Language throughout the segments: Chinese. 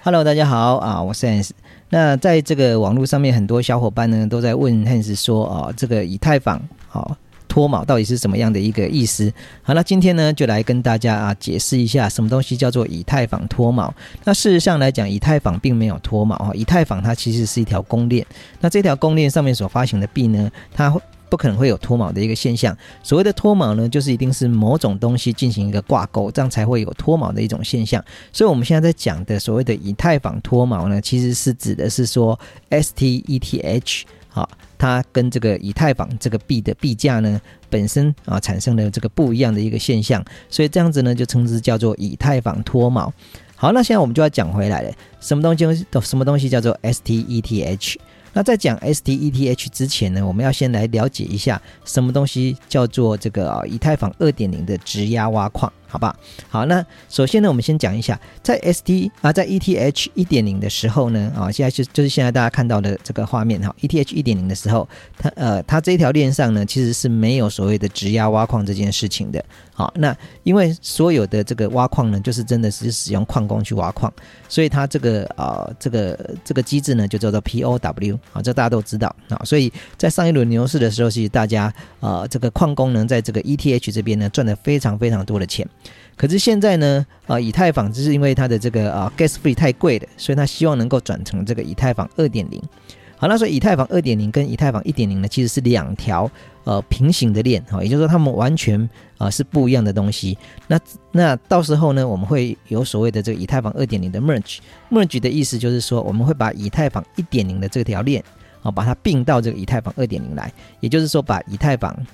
Hello， 大家好我是 Hans。那在这个网络上面，很多小伙伴呢都在问 Hans 说这个以太坊脱锚到底是什么样的一个意思？好，那今天呢就来跟大家解释一下什么东西叫做以太坊脱锚。那事实上来讲，以太坊并没有脱锚以太坊它其实是一条公链。那这条公链上面所发行的币呢，它不可能会有脱锚的一个现象。所谓的脱锚呢，就是一定是某种东西进行一个挂钩，这样才会有脱锚的一种现象。所以我们现在在讲的所谓的以太坊脱锚呢，其实是指的是说 STETH 它跟这个以太坊这个币的币价呢本身产生了这个不一样的一个现象，所以这样子呢就称之叫做以太坊脱锚。好，那现在我们就要讲回来了，什么东西叫做 STETH？那在讲 STETH 之前呢，我们要先来了解一下什么东西叫做这个以太坊 2.0 的质押挖矿，好吧？好，那首先呢，我们先讲一下，在在 ETH 1.0 的时候呢，现在就是现在大家看到的这个画面ETH 1.0 的时候，它这一条链上呢，其实是没有所谓的质押挖矿这件事情的。好，那因为所有的这个挖矿呢，就是真的是使用矿工去挖矿，所以它这个机制呢就叫做 POW， 这大家都知道所以在上一轮牛市的时候，其实大家这个矿工呢在这个 ETH 这边呢赚了非常非常多的钱。可是现在呢以太坊就是因为它的这个gas fee 太贵了，所以它希望能够转成这个以太坊 2.0。好，那所以以太坊 2.0 跟以太坊 1.0 呢，其实是两条平行的链，也就是说它们完全是不一样的东西。那到时候呢，我们会有所谓的这个以太坊 2.0 的 merge 的意思就是说，我们会把以太坊 1.0 的这条链把它并到这个以太坊 2.0 来，也就是说把以太坊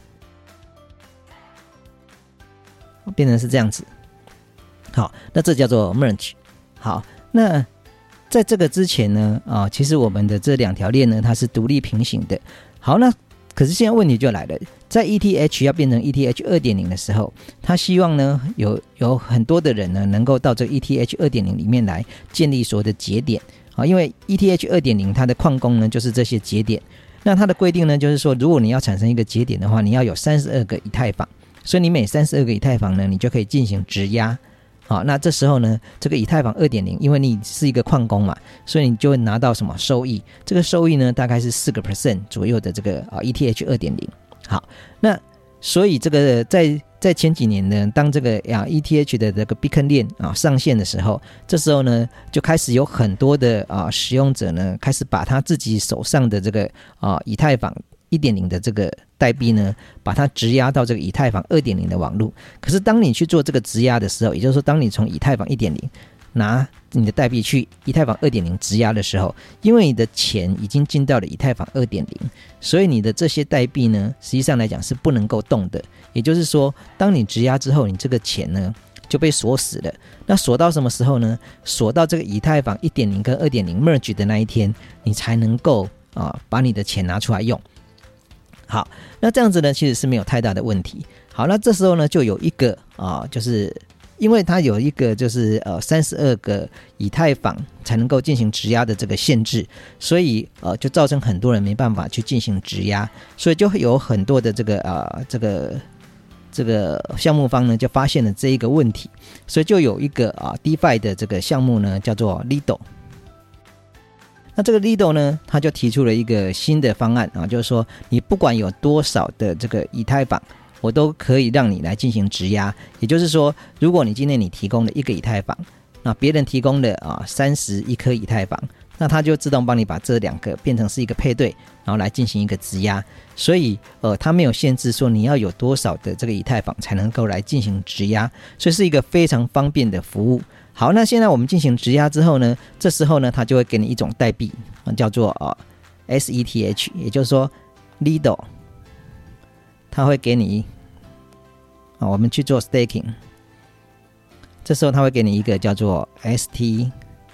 变成是这样子。好，那这叫做 merge。好，那在这个之前呢其实我们的这两条链呢，它是独立平行的。好，那可是现在问题就来了，在 ETH 要变成 ETH 2.0 的时候，他希望呢有很多的人呢能够到这个 ETH 2.0 里面来建立所有的节点因为 ETH 2.0 它的矿工呢就是这些节点。那它的规定呢就是说，如果你要产生一个节点的话，你要有32个以太坊，所以你每32个以太坊呢，你就可以进行质押。好，那这时候呢，这个以太坊 2.0 因为你是一个矿工嘛，所以你就会拿到什么收益？这个收益呢大概是 4% 左右的这个ETH 2.0。好，那所以这个在前几年呢，当这个ETH 的这个 Beacon 链上线的时候，这时候呢就开始有很多的使用者呢开始把他自己手上的这个以太坊 1.0 的这个代币呢，把它质押到这个以太坊 2.0 的网路。可是当你去做这个质押的时候，也就是说当你从以太坊 1.0 拿你的代币去以太坊 2.0 质押的时候，因为你的钱已经进到了以太坊 2.0， 所以你的这些代币呢实际上来讲是不能够动的。也就是说当你质押之后，你这个钱呢就被锁死了。那锁到什么时候呢？锁到这个以太坊 1.0 跟 2.0 merge 的那一天，你才能够把你的钱拿出来用。好，那这样子呢其实是没有太大的问题。好，那这时候呢就有一个就是因为它有一个就是32个以太坊才能够进行质押的这个限制，所以就造成很多人没办法去进行质押，所以就会有很多的这个项目方呢就发现了这一个问题，所以就有一个DeFi 的这个项目呢叫做 Lido。那这个 Lido 呢，他就提出了一个新的方案就是说你不管有多少的这个以太坊，我都可以让你来进行质押。也就是说，如果你今天你提供了一个以太坊，那别人提供了31颗以太坊，那他就自动帮你把这两个变成是一个配对，然后来进行一个质押。所以他没有限制说你要有多少的这个以太坊才能够来进行质押，所以是一个非常方便的服务。好，那现在我们进行质押之后呢，这时候呢它就会给你一种代币叫做SETH， 也就是说 Lido 它会给你我们去做 staking， 这时候它会给你一个叫做 STETH，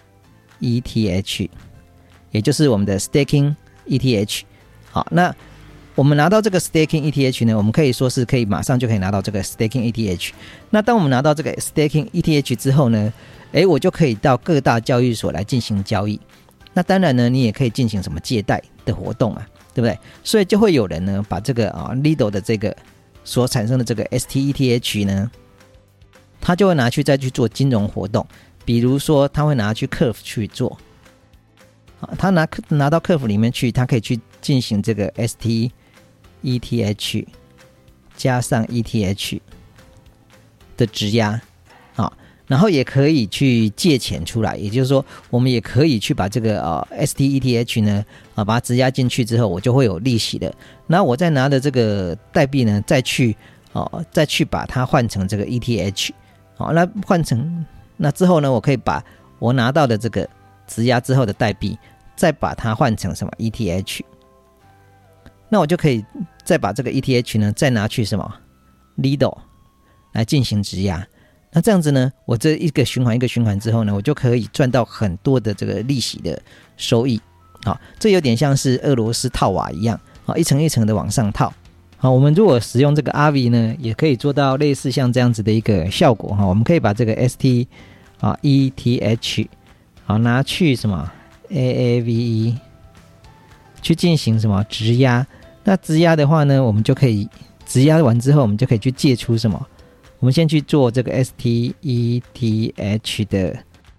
也就是我们的 staking ETH。 好，那我们拿到这个 staking ETH 呢，我们可以说是可以马上就可以拿到这个 staking ETH。 那当我们拿到这个 staking ETH 之后呢，我就可以到各大交易所来进行交易。那当然呢，你也可以进行什么借贷的活动对不对？所以就会有人呢把这个Lido 的这个所产生的这个 STETH 呢，他就会拿去再去做金融活动。 比如说他会拿去 Curve 去做，他拿到 Curve 里面去，他可以去进行这个 STETH 加上 ETH 的质押，然后也可以去借钱出来，也就是说我们也可以去把这个STETH 呢把它质押进去之后，我就会有利息的。那我再拿的这个代币呢再去把它换成这个 ETH， 那换成那之后呢，我可以把我拿到的这个质押之后的代币再把它换成什么 ETH， 那我就可以再把这个 ETH 呢再拿去什么 Lido 来进行质押。那这样子呢，我这一个循环之后呢，我就可以赚到很多的这个利息的收益。这有点像是俄罗斯套瓦一样，一层一层的往上套。我们如果使用这个 Aave 呢，也可以做到类似像这样子的一个效果。我们可以把这个 STETH 拿去什么 AAVE 去进行什么质押。那质押的话呢，我们就可以质押完之后，我们就可以去借出什么？我们先去做这个 STETH 的，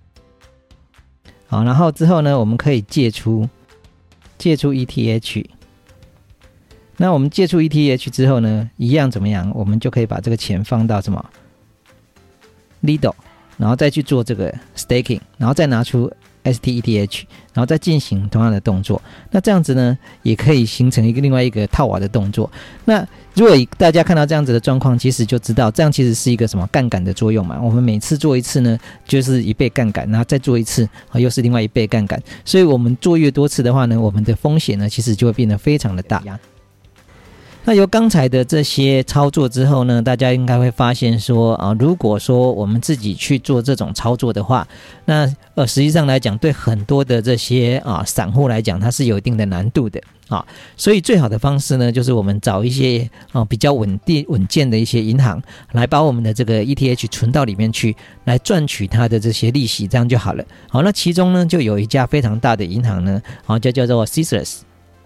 然后之后呢，我们可以借出 ETH。那我们借出 ETH 之后呢，一样怎么样？我们就可以把这个钱放到什么 Lido， 然后再去做这个 staking， 然后再拿出 STETH， 然后再进行同样的动作。那这样子呢，也可以形成另外一个套娃的动作。那如果大家看到这样子的状况，其实就知道这样其实是一个什么杠杆的作用嘛。我们每次做一次呢，就是1倍杠杆，然后再做一次，又是另外1倍杠杆。所以我们做越多次的话呢，我们的风险呢，其实就会变得非常的大。那由刚才的这些操作之后呢，大家应该会发现说如果说我们自己去做这种操作的话，那实际上来讲，对很多的这些散户来讲，它是有一定的难度的所以最好的方式呢，就是我们找一些比较稳健的一些银行，来把我们的这个 ETH 存到里面去，来赚取它的这些利息，这样就好了。那其中呢，就有一家非常大的银行呢，叫做 Caesars。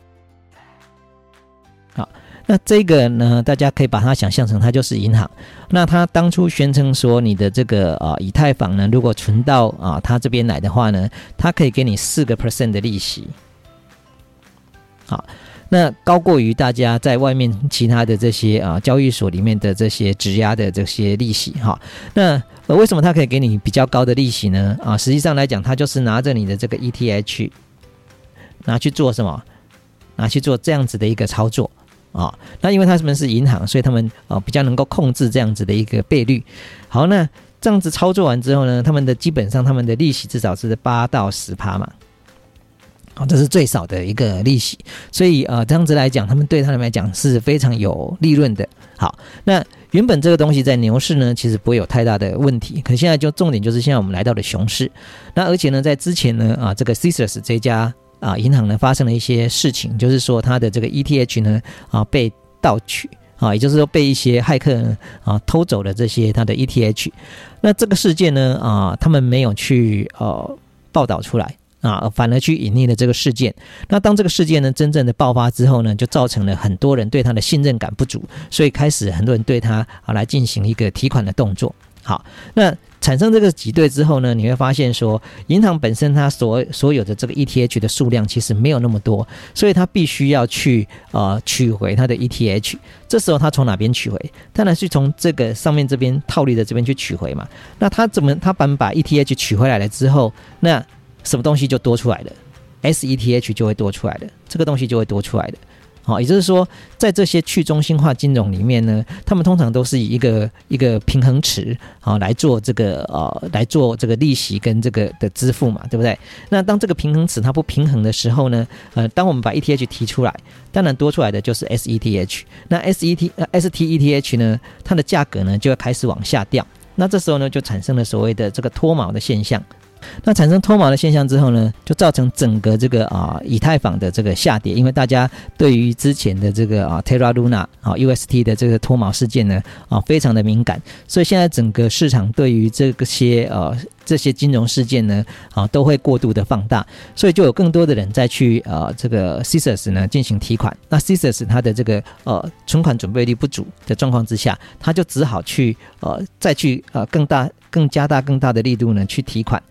那这个呢，大家可以把它想象成它就是银行。那它当初宣称说，你的这个以太坊呢，如果存到它这边来的话呢，它可以给你4% 的利息。好，那高过于大家在外面其他的这些交易所里面的这些质押的这些利息。那为什么它可以给你比较高的利息呢？实际上来讲，它就是拿着你的这个 ETH 拿去做什么？拿去做这样子的一个操作。那因为他们是银行，所以他们比较能够控制这样子的一个倍率。好，那这样子操作完之后呢，基本上他们的利息至少是8到10%嘛。这是最少的一个利息，所以这样子来讲，对他们来讲是非常有利润的。好，那原本这个东西在牛市呢，其实不会有太大的问题，可现在就重点就是现在我们来到了熊市。那而且呢，在之前呢，这个 Caesars 这家银行呢发生了一些事情，就是说它的这个 ETH 呢被盗取也就是说被一些骇客呢偷走了这些它的 ETH。那这个事件呢他们没有去报道出来反而去隐匿了这个事件。那当这个事件呢真正的爆发之后呢，就造成了很多人对他的信任感不足，所以开始很多人对他来进行一个提款的动作。好，那产生这个挤兑之后呢，你会发现说，银行本身它所有的这个 ETH 的数量其实没有那么多，所以它必须要去取回它的 ETH。这时候它从哪边取回？当然是从这个上面这边套利的这边去取回嘛。那它把 ETH 取回来了之后，那什么东西就多出来了？ SETH 就会多出来了，这个东西就会多出来的。也就是说，在这些去中心化金融里面呢，他们通常都是以一个平衡池来做这个利息跟这个的支付嘛，对不对？那当这个平衡池它不平衡的时候呢，当我们把 ETH 提出来，当然多出来的就是 SETH。那 STETH 呢，它的价格呢就会开始往下掉。那这时候呢，就产生了所谓的这个脱锚的现象。那产生脱锚的现象之后呢，就造成整个这个以太坊的这个下跌，因为大家对于之前的这个Terra Luna UST 的这个脱锚事件呢非常的敏感，所以现在整个市场对于这些金融事件呢都会过度的放大，所以就有更多的人再去这个 Caesars 呢进行提款。那 Caesars 它的这个存款准备率不足的状况之下，他就只好去再去更加大更大的力度呢去提款。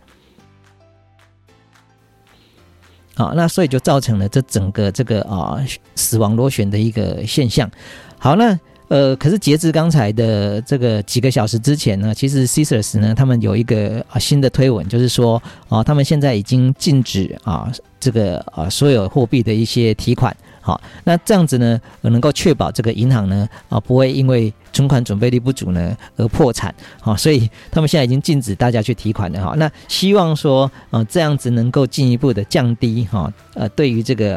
好，那所以就造成了这整个这个死亡螺旋的一个现象。好，那可是截至刚才的这个几个小时之前呢，其实 Caesars 呢他们有一个新的推文，就是说他们现在已经禁止这个所有货币的一些提款。好，那这样子呢能够确保这个银行呢不会因为存款准备率不足呢而破产。好，所以他们现在已经禁止大家去提款了。好，那希望说这样子能够进一步的降低对于这个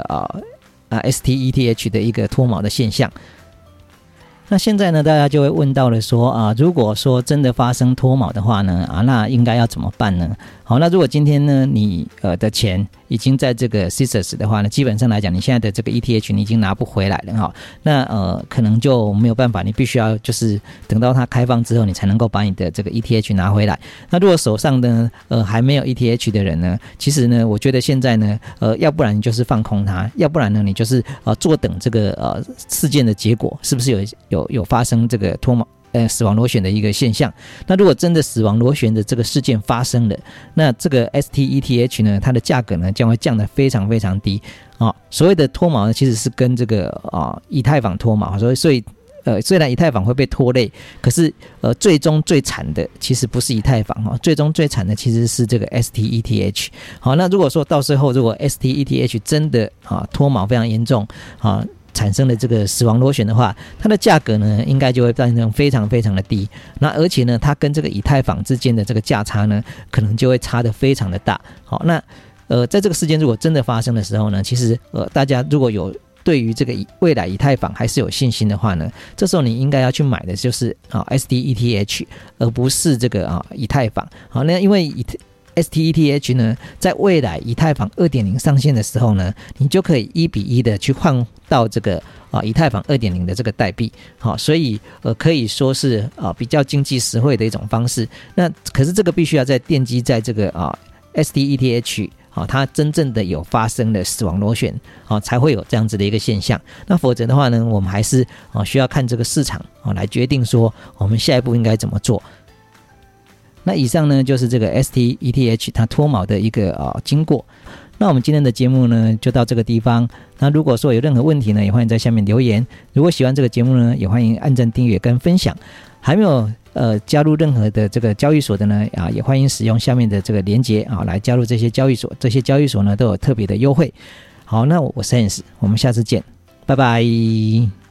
STETH 的一个脱锚的现象。那现在呢，大家就会问到了说如果说真的发生脱锚的话呢那应该要怎么办呢？好，那如果今天呢你的钱已经在这个 Caesars 的话呢，基本上来讲你现在的这个 ETH 你已经拿不回来了那可能就没有办法，你必须要就是等到它开放之后你才能够把你的这个 ETH 拿回来。那如果手上呢还没有 ETH 的人呢，其实呢我觉得现在呢要不然你就是放空它，要不然呢你就是坐等这个事件的结果是不是有发生这个脱锚死亡螺旋的一个现象。那如果真的死亡螺旋的这个事件发生了，那这个 STETH 呢它的价格呢将会降得非常非常低所谓的脱锚呢其实是跟这个以太坊脱锚，所以虽然以太坊会被拖累，可是最终最惨的其实不是以太坊最终最惨的其实是这个 STETH。 好，那如果说到最后如果 STETH 真的脱锚非常严重产生的这个死亡螺旋的话，它的价格呢应该就会变成非常非常的低。那而且呢它跟这个以太坊之间的这个价差呢可能就会差得非常的大。好，那在这个事件如果真的发生的时候呢，其实大家如果有对于这个未来以太坊还是有信心的话呢，这时候你应该要去买的就是STETH 而不是这个以太坊。好，那因为STETH 呢在未来以太坊 2.0 上线的时候呢，你就可以1:1的去换到这个以太坊 2.0 的这个代币。好，所以可以说是比较经济实惠的一种方式。那可是这个必须要在奠基在这个STETH它真正的有发生的死亡螺旋才会有这样子的一个现象。那否则的话呢，我们还是需要看这个市场来决定说我们下一步应该怎么做。那以上呢就是这个 STETH 它脱锚的一个经过。那我们今天的节目呢就到这个地方。那如果说有任何问题呢，也欢迎在下面留言。如果喜欢这个节目呢，也欢迎按赞订阅跟分享。还没有加入任何的这个交易所的呢也欢迎使用下面的这个连结来加入这些交易所。这些交易所呢都有特别的优惠。好，那我是 Hans， 我们下次见，拜拜。